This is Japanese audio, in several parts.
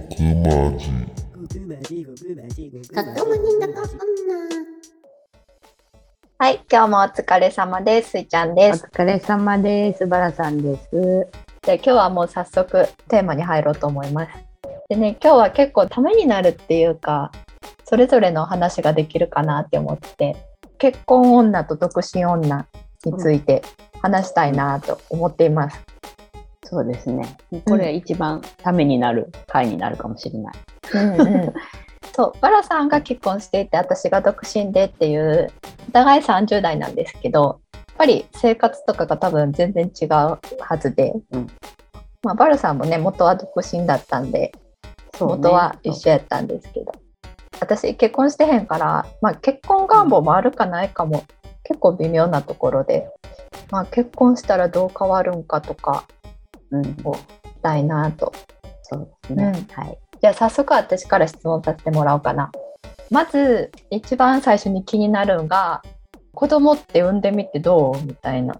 はい、今日もお疲れ様です。すいちゃんです。 お疲れ様です。バラさんです。 で、今日はもう早速テーマに入ろうと思います。でね、今日は結構ためになるっていうか、それぞれの話ができるかなって思って、結婚女と独身女について話したいなと思っています。 そうですね。これ一番ためになる回になるかもしれない。 そう、バラさんが結婚していて私が独身でっていうお互い30代なんですけど、やっぱり生活とかが多分全然違うはずで、バラさんもね元は独身だったんで、元は一緒やったんですけど、私結婚してへんから、結婚願望もあるかないかも結構微妙なところで、結婚したらどう変わるんかとかをしたいなと。 そうですね。はい。 じゃあ早速私から質問させてもらおうかな。まず一番最初に気になるのが、子供って産んでみてどうみたいな。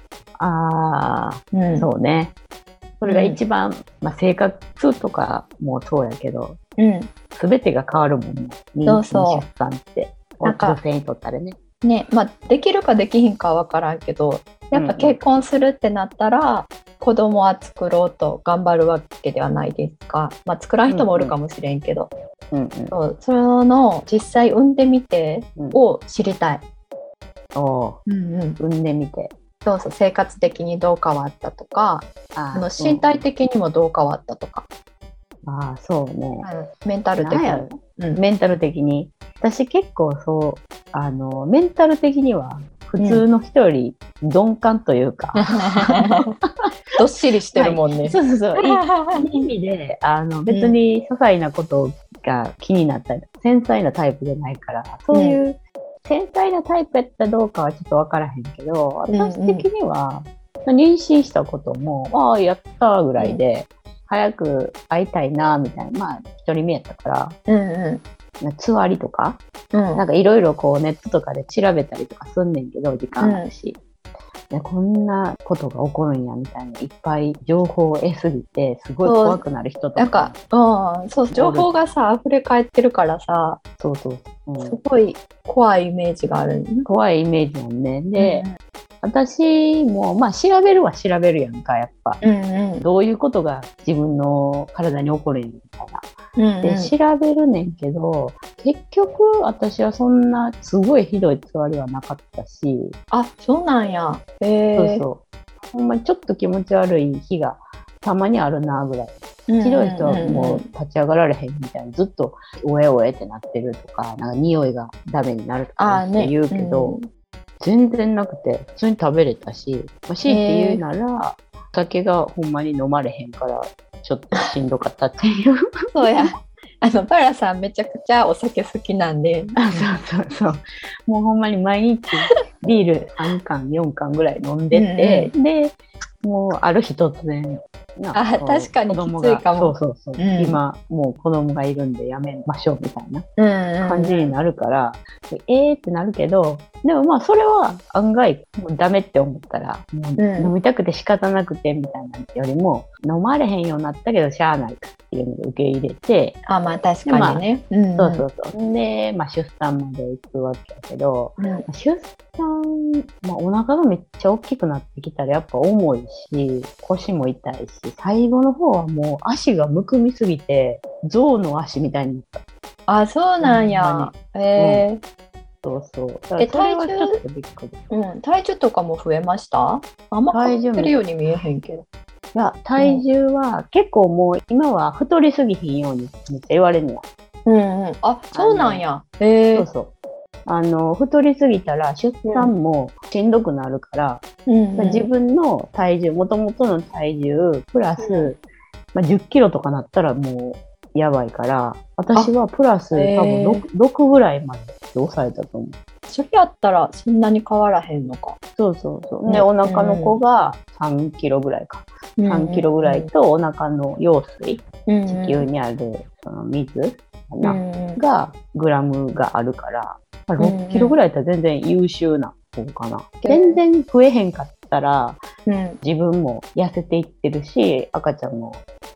そうね。それが一番、生活とかもそうやけど、全てが変わるもんね。妊娠出産って女性にとったらね。 できるかできひんかは分からんけど、やっぱ結婚するってなったら、子供は作ろうと頑張るわけではないですか。作らん人もおるかもしれんけど、その実際産んでみてを知りたい。 産んでみて、 そうそう、生活的にどう変わったとか、身体的にもどう変わったとか。 そうね。 メンタル的に。 メンタル的に。私結構メンタル的には普通の人より鈍感というか、 どっしりしてるもんね。 そういい意味で別に些細なことが気になったり、繊細なタイプじゃないから、そういう繊細なタイプやったらどうかはちょっと分からへんけど、私的には妊娠したこともやったぐらいで、早く会いたいなみたいな、一人目やったから、つわりとか、なんかいろいろネットとかで調べたりとかすんねんけど、時間あるし、こんなことが起こるんやみたいな、いっぱい情報を得すぎてすごい怖くなる人とか、 情報がさ溢れ返ってるからさ、すごい怖いイメージがある、 怖いイメージなんね。で、私も調べるは調べるやんか、やっぱ、どういうことが自分の体に起こるんやみたいな。で調べるねんけど、結局私はそんなすごいひどいつわりはなかったし。 そうなんや。 ほんまにちょっと気持ち悪い日がたまにあるなぐらい。ひどい人はもう立ち上がられへんみたいな、ずっとおえおえってなってるとか、なんか匂いがダメになるとかって言うけど、全然なくて普通に食べれたし、強いて言うなら、お酒がほんまに飲まれへんからちょっとしんどかったっていう。 そうや。バラさんめちゃくちゃお酒好きなんで。 そう。もうほんまに毎日ビール3缶4缶ぐらい飲んでて、で、もうある日突然確かにきついかも。 今もう子供がいるんでやめましょうみたいな感じになるから、ってなるけど、でもそれは案外もうダメって思ったら、もう飲みたくて仕方なくてみたいなよりも、飲まれへんようになったけどしゃあないかっていうので受け入れて、 確かにね。 で、出産まで行くわけやけど、出産、お腹がめっちゃ大きくなってきたらやっぱ重いし、腰も痛いし、最後の方はもう足がむくみすぎて象の足みたいになった。 そうなんや。体重とかも増えました？あんま変わってるように見えへんけど。 いや、体重は結構もう今は太りすぎひんようにめっちゃ言われるのよ。 そうなんや。 太りすぎたら出産もしんどくなるから、自分の体重、もともとの体重プラス、10キロとかなったらもうやばいから、私はプラス多分 6ぐらいまで抑えたと思う。 それやったらそんなに変わらへんのか。 で、お腹の子が3キロぐらいか。3キロぐらいと、お腹の羊水、子宮にあるその水かな、がグラムがあるから、6キロぐらいだったら全然優秀な方かな。全然増えへんかったら、自分も痩せていってるし、赤ちゃんも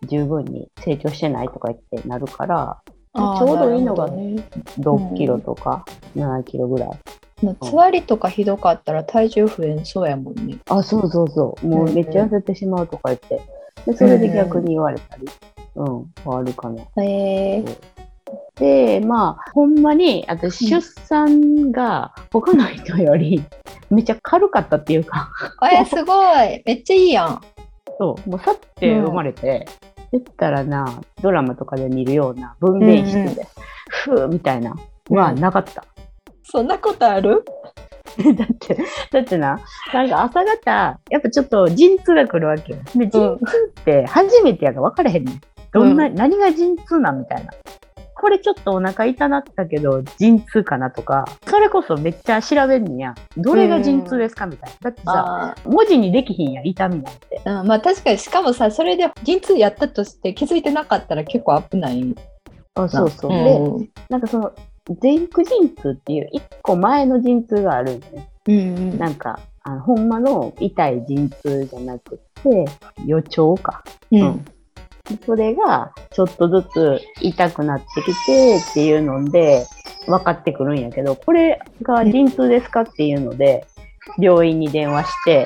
十分に成長してないとか言ってなるから、ちあーょうどいいのがなるほどね。 6キロとか7キロぐらい。 つわりとかひどかったら体重増えんそうやもんね。 あ、そうそうそう。もうめっちゃ痩せてしまうとか言って。で、それで逆に言われたり。あるかな。 へえ。 で、まあ、ほんまに、私、出産が他の人よりめっちゃ軽かったっていうか。 すごい。めっちゃいいやん。 そう、もうさって生まれて、言ったらな、ドラマとかで見るような分娩室で、ふーみたいなはなかった。 そんなことある？ だってな、なんか朝方、やっぱちょっと陣痛が来るわけよ。で、陣痛って初めてやから分からへんねん。何が陣痛なんみたいな。これちょっとお腹痛なったけど、陣痛かなとか、それこそめっちゃ調べんねや。どれが陣痛ですかみたいな。だってさ、文字にできひんやん、痛みなんて。 まあ確かに、しかもさ、それで陣痛やったとして気づいてなかったら結構危ない。 あ、そうそう。で、なんかその、前駆陣痛っていう一個前の陣痛があるんですね。なんか、ほんまの痛い陣痛じゃなくて、予兆か。それがちょっとずつ痛くなってきてっていうので分かってくるんやけど、これが陣痛ですかっていうので病院に電話して、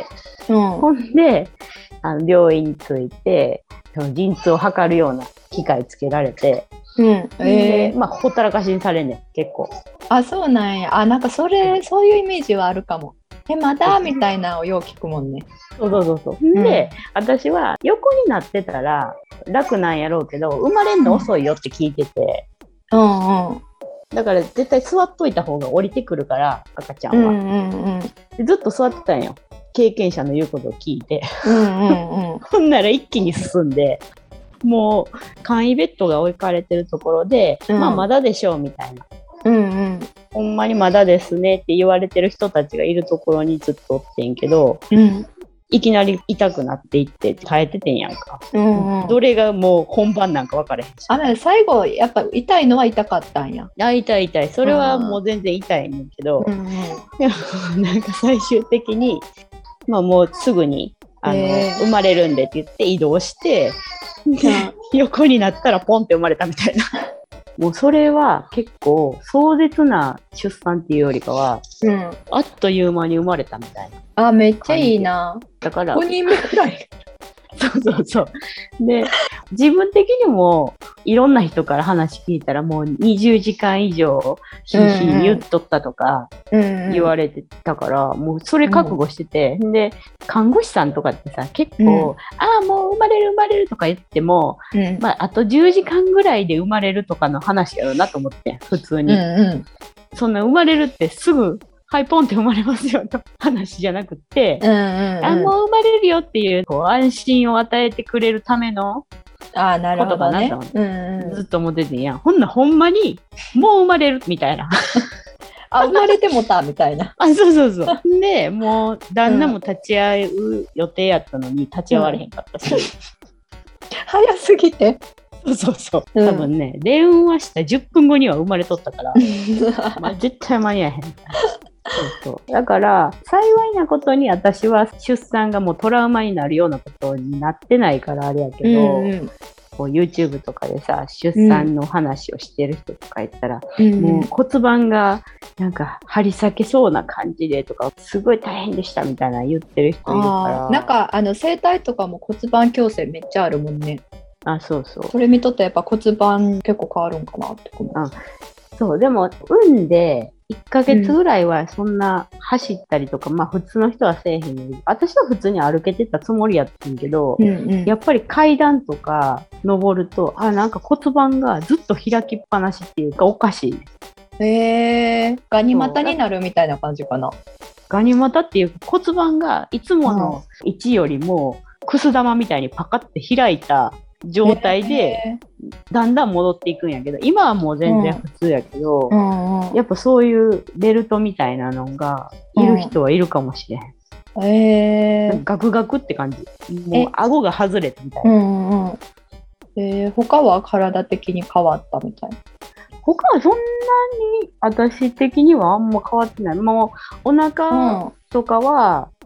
ほんで病院に着いてその陣痛を測るような機械つけられて、まあほったらかしにされんねん結構。 あ、そうなんや。なんかそういうイメージはあるかも。まだみたいなのをよう聞くもんね。 そう。で、私は横になってたら楽なんやろうけど、生まれんの遅いよって聞いてて。だから絶対座っといた方が降りてくるから、赤ちゃんは。でずっと座ってたんよ。経験者の言うことを聞いて。ほんなら一気に進んで、もう簡易ベッドが置かれてるところで、まあまだでしょうみたいな。ほんまにまだですねって言われてる人たちがいるところにずっとおってんけど、いきなり痛くなっていって耐えててんやんか。どれがもう本番なんか分からへんし。 最後やっぱ痛いのは痛かったんや。 痛い。それはもう全然痛いねんけど、でもなんか最終的に、まあもうすぐに生まれるんでって言って移動して、横になったらポンって生まれたみたいな。もうそれは結構壮絶な出産っていうよりかは、あっという間に生まれたみたいな。 めっちゃいいな。 だから 5人目くらい。 そう。で、自分的にもいろんな人から話聞いたらもう20時間以上言っとったとか言われてたから、もうそれ覚悟してて、で、看護師さんとかってさ、結構、もう生まれるとか言っても、まあ、あと10時間ぐらいで生まれるとかの話やろうなと思って、普通に。そんな生まれるってすぐ、はい、ポンって生まれますよと話じゃなくて、もう生まれるよっていう、安心を与えてくれるためのなるほどね。 ずっと思っててんやん。ほんまに、もう生まれるみたいな。 生まれてもたみたいな。 そう。で、もう旦那も立ち会う予定やったのに立ち会われへんかったし。 早すぎて。 そう。多分ね、電話した10分後には生まれとったから、まあ絶対間に合えへん。そうだから幸いなことに私は出産がもうトラウマになるようなことになってないからあれやけど、こう YouTube とかでさ出産の話をしてる人とか言ったら、もう骨盤がなんか張り裂けそうな感じでとかすごい大変でしたみたいな言ってる人いるから、 なんか生体とかも骨盤矯正めっちゃあるもんね。 そう。 それ見とってやっぱ骨盤結構変わるんかなって思う。 そうでも産んで1ヶ月ぐらいはそんな走ったりとか、まあ普通の人はせえへんのに、私は普通に歩けてたつもりやったんけど、やっぱり階段とか登ると、なんか骨盤がずっと開きっぱなしっていうかおかしい。 ガニ股になるみたいな感じかな。 ガニ股っていう骨盤がいつもの位置よりもくす玉みたいにパカって開いた状態でだんだん戻っていくんやけど、今はもう全然普通やけど、やっぱそういうベルトみたいなのがいる人はいるかもしれん。ガクガクって感じ。もう顎が外れたみたいな。 他は体的に変わったみたいな。 他はそんなに私的にはあんま変わってない。もうお腹とかは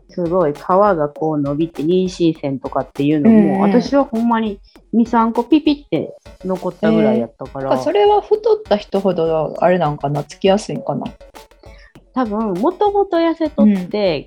すごい皮がこう伸びて妊娠線とかっていうのも、私はほんまに2、3個ピピって残ったぐらいやったから。 それは太った人ほどあれなんかな、つきやすいんかな。 多分もともと痩せとって、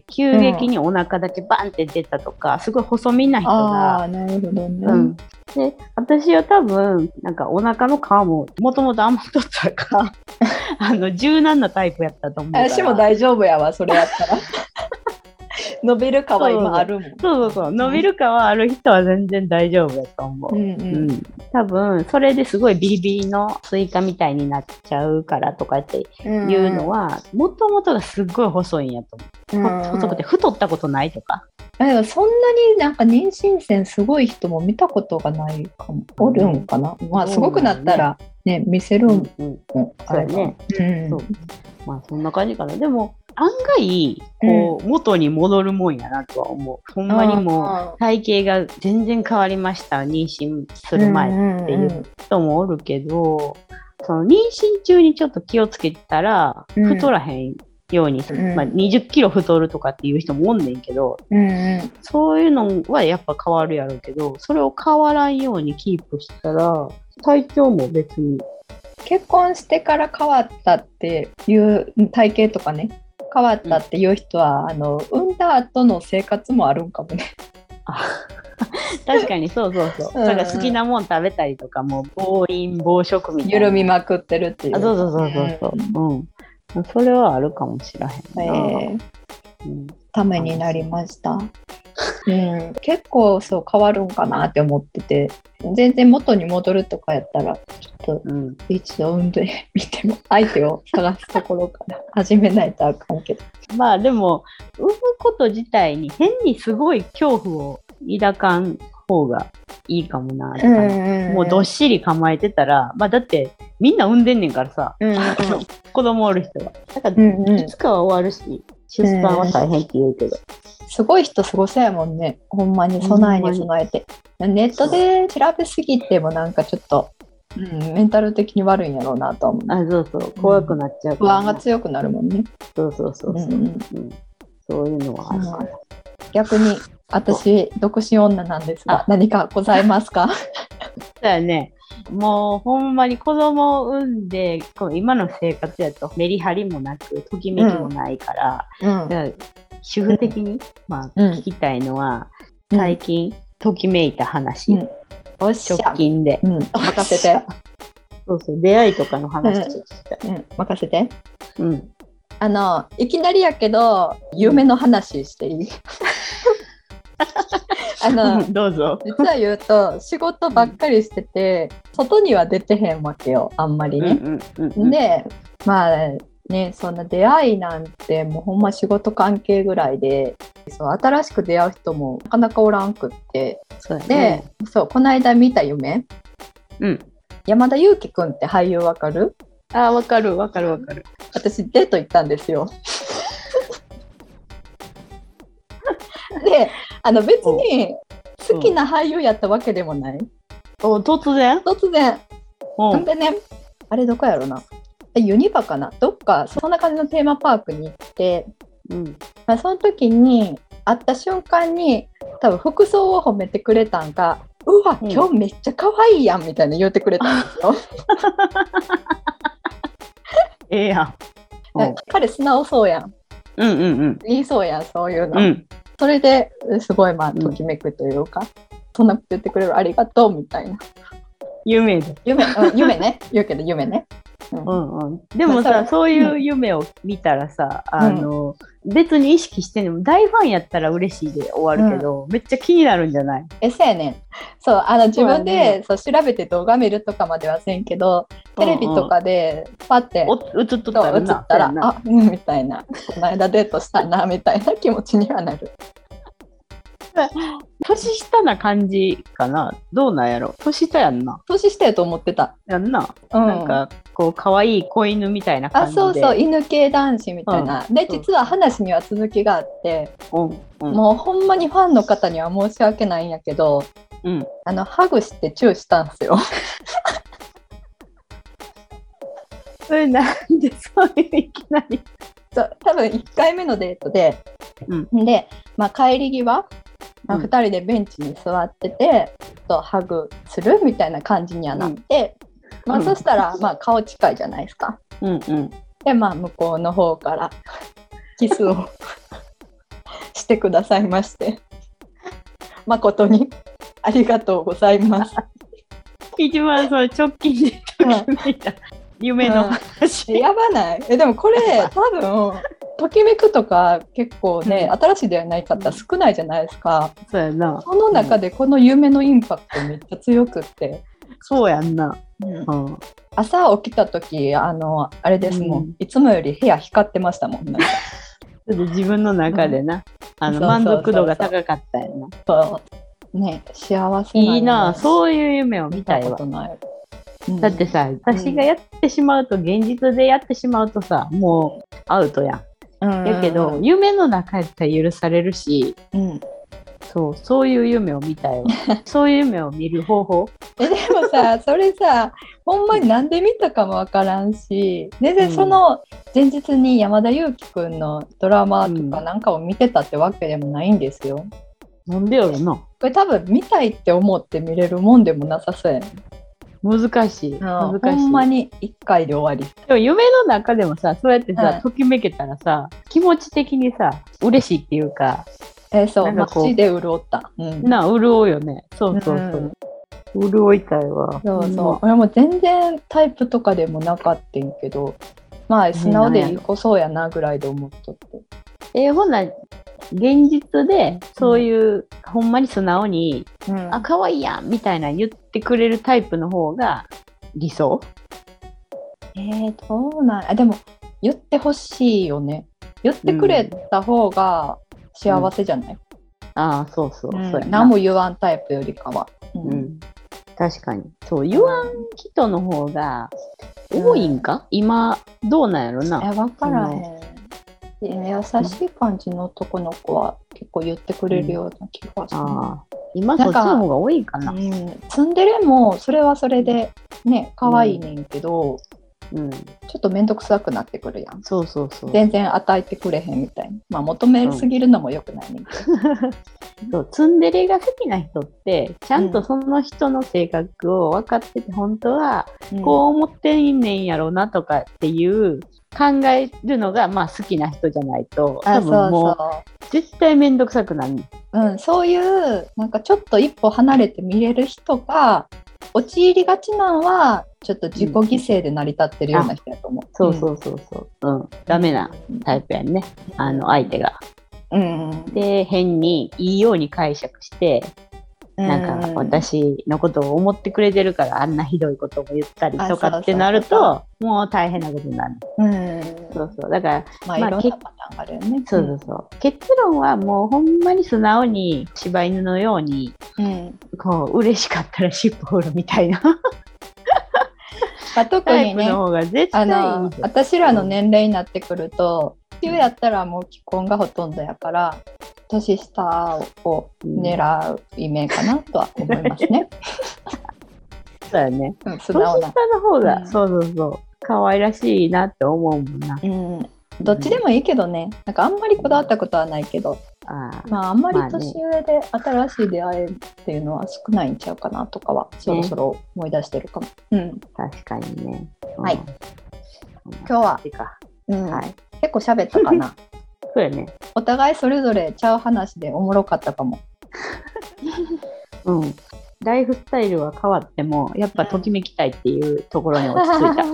急激にお腹だけバンって出たとか、すごい細身な人が。 なるほどね。 で、私は多分なんかお腹の皮ももともと余っとったから柔軟なタイプやったと思うから。 私も大丈夫やわ、それやったら。伸びる皮今あるもん。 そう伸びる皮ある人は全然大丈夫やと思う。多分それですごいビリビリのスイカみたいになっちゃうからとかっていうのは、もともとがすっごい細いんやと思う。細くて太ったことないとか。 でもそんなになんか妊娠線すごい人も見たことがないかも。おるんかな。まあすごくなったらね、見せるんもあれね。まあそんな感じかな。でも案外こう元に戻るもんやなとは思う。ほんまにもう体型が全然変わりました、妊娠する前っていう人もおるけど、その妊娠中にちょっと気をつけたら太らへんように、20キロ太るとかっていう人もおんねんけど、そういうのはやっぱ変わるやろうけど、それを変わらんようにキープしたら体調も別に。 結婚してから変わったっていう体型とかね、変わったっていう人は、産んだ後の生活もあるんかもね。 確かにそうだから好きなもん食べたりとかも暴飲暴食みたいな緩みまくってるっていう。 それはあるかもしれへんな。 ためになりました。結構そう変わるんかなって思ってて、全然元に戻るとかやったらちょっと一度産んでみても相手を探すところから始めないとあかんけど。 まあでも産むこと自体に変にすごい恐怖を抱かん方がいいかもな。もうどっしり構えてたら、だってみんな産んでんねんからさ、子供おる人は。だからいつかは終わるし、出産は大変って言うけど。 すごい人すごそうやもんね。ほんまに備えに備えて。ネットで調べすぎてもなんかちょっと、メンタル的に悪いんやろうなと思う。 怖くなっちゃうから、不安が強くなるもんね。 そういうのはあるから。 逆に私独身女なんですが、何かございますか？ そうやね。もうほんまに子供を産んで、今の生活やとメリハリもなくときめきもないから、主婦的に、聞きたいのは、最近ときめいた話、直近で、 任せて。 出会いとかの話聞きたい。 任せて。いきなりやけど夢の話していい？ どうぞ。 実は言うと仕事ばっかりしてて、外には出てへんわけよ、あんまりね。でそんな出会いなんてもうほんま仕事関係ぐらいで、新しく出会う人もなかなかおらんくって、でこの間見た夢、山田裕貴くんって俳優わかる？ わかる。 私デート行ったんですよ。で別に好きな俳優やったわけでもない。 突然なんでね、あれどこやろな、ユニバかな、どっかそんな感じのテーマパークに行って、その時に会った瞬間に多分服装を褒めてくれたんか、うわ今日めっちゃ可愛いやんみたいな言ってくれたんですよ。 やん。 彼素直そうやん。言いそうやん、そういうの。それですごいときめくというか、そんなこと言ってくれるありがとうみたいな。夢ね。言うけど夢ね。 でもさ、そういう夢を見たらさ、別に意識してんのも大ファンやったら嬉しいで終わるけど、めっちゃ気になるんじゃない？ そうやねん。自分で調べて動画見るとかまではせんけど、テレビとかでパッて映っったらみたいな、この間デートしたなみたいな気持ちにはなる。 年下な感じかな。どうなんやろ。年下やんな。 年下やと思ってた。 やんな。なんか可愛い子犬みたいな感じで。 犬系男子みたいな。で実は話には続きがあって、もうほんまにファンの方には申し訳ないんやけど、ハグしてチューしたんですよ。 それなんでそういういきなり。 多分1回目のデートで、でまあ、帰り際、まあ、2人でベンチに座ってて、ハグするみたいな感じにはなって、まあ、そしたら、まあ、顔近いじゃないですか。で、まあ、向こうの方からキスをしてくださいまして、誠にありがとうございます。 一番それ直近でときめいた夢の話、 やばない？でもこれ多分ときめくとか結構ね、新しい出会いない方少ないじゃないですか。 そうやな。 その中でこの夢のインパクトめっちゃ強くって、 そうやんな。 朝起きた時あれですもん、いつもより部屋光ってましたもん。なんか自分の中でな、満足度が高かったよな。 そうね、幸せいいな、そういう夢を見たいわ。だってさ、私がやってしまうと、現実でやってしまうとさ、もうアウトやん。やけど、夢の中やったら許されるし、そういう夢を見たいわ。そういう夢を見る方法。 でもさ、それさ、ほんまになんで見たかもわからんし、全然その前日に山田裕貴くんのドラマとかなんかを見てたってわけでもないんですよ。 なんでやろな。 これ多分見たいって思って見れるもんでもなさそうやね。 難しい。 ほんまに1回で終わり。 でも夢の中でもさ、そうやってさ、ときめけたらさ、気持ち的にさ、嬉しいっていうか、 そう、街で潤った。 潤うよね。そうそうそう。潤いたいわ。 そうそう。俺も全然タイプとかでもなかったんけど、まあ素直でいい子そうやなぐらいで思っとって。 ほんなら現実でそういう、ほんまに素直に、あ、可愛いやんみたいな言ってくれるタイプの方が理想？ どうなん？でも言ってほしいよね。言ってくれた方が幸せじゃない？ ああ、そうそう。 何も言わんタイプよりかは。 確かに。そう、言わん人の方が多いんか？今、どうなんやろな。 わからへん。優しい感じの男の子は結構言ってくれるような気がする。 今そっちの方が多いかな。 ツンデレもそれはそれでね、可愛いねんけど、ちょっと面倒くさくなってくるやん。 そうそうそう。 全然与えてくれへんみたいな。まあ求めすぎるのも良くないねんけど。ツンデレが好きな人ってちゃんとその人の性格を分かってて、本当はこう思ってんねんやろうなとかっていう考えるのが、まあ好きな人じゃないと多分もう絶対面倒くさくなる。 そういうなんかちょっと一歩離れて見れる人が陥りがちなのはちょっと自己犠牲で成り立ってるような人やと思う。 そうそうそうそう。ダメなタイプやんね。相手が。で変にいいように解釈して。なんか私のことを思ってくれてるからあんなひどいことを言ったりとかってなるともう大変なことになる。そうそう。だからいろんなパターンがあるよね。 そうそうそう。結論はもうほんまに素直に柴犬のようにこう嬉しかったら尻尾振るみたいな。 特にね、私らの年齢になってくると急やったらもう既婚がほとんどやから。年下を狙うイメージかなとは思いますね。 そうやね。素直な。年下の方が、そうそうそう、可愛らしいなって思うもんな。 どっちでもいいけどね。なんかあんまりこだわったことはないけど、まああんまり年上で新しい出会いっていうのは少ないんちゃうかなとかはそろそろ思い出してるかも。 確かにね。 はい。今日は結構喋ったかな。 そうやね。 お互いそれぞれちゃう話でおもろかったかも。 ライフスタイルは変わってもやっぱときめきたいっていうところに落ち着い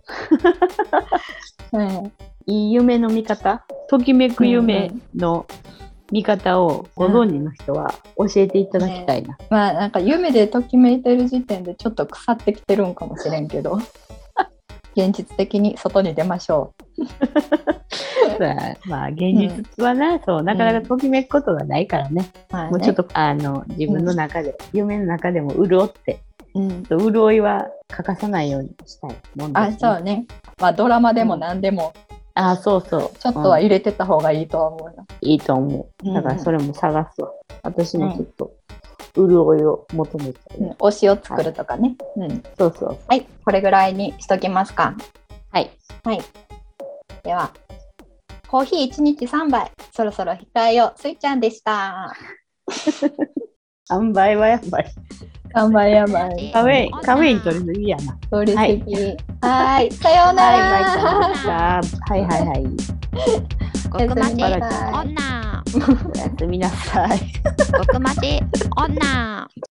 た。いい夢の見方、ときめく夢の見方をご存知の人は教えていただきたいな。 まあなんか夢でときめいてる時点でちょっと腐ってきてるんかもしれんけど現実的に外に出ましょう。 まあ現実はな、そうなかなかときめくことがないからね。もうちょっと自分の中で、夢の中でも潤って、潤いは欠かさないようにしたいもんですね。 そうね。まあドラマでも何でも、 そうそう。 ちょっとは入れてた方がいいとは思うな。 いいと思う。だからそれも探すわ。私もちょっと潤いを求めて、 推しを作るとかね。 そうそう。 はい、これぐらいにしときますか。 はい。 はい。では。 コーヒー1日3杯、そろそろ控えよう。スイちゃんでした。 3倍はやっぱり。 3倍やばい。 カフェイン取りすぎやな。 取りすぎ。はい、さようなら。 はい。 極まち女。 おやすみなさい。 極まち女。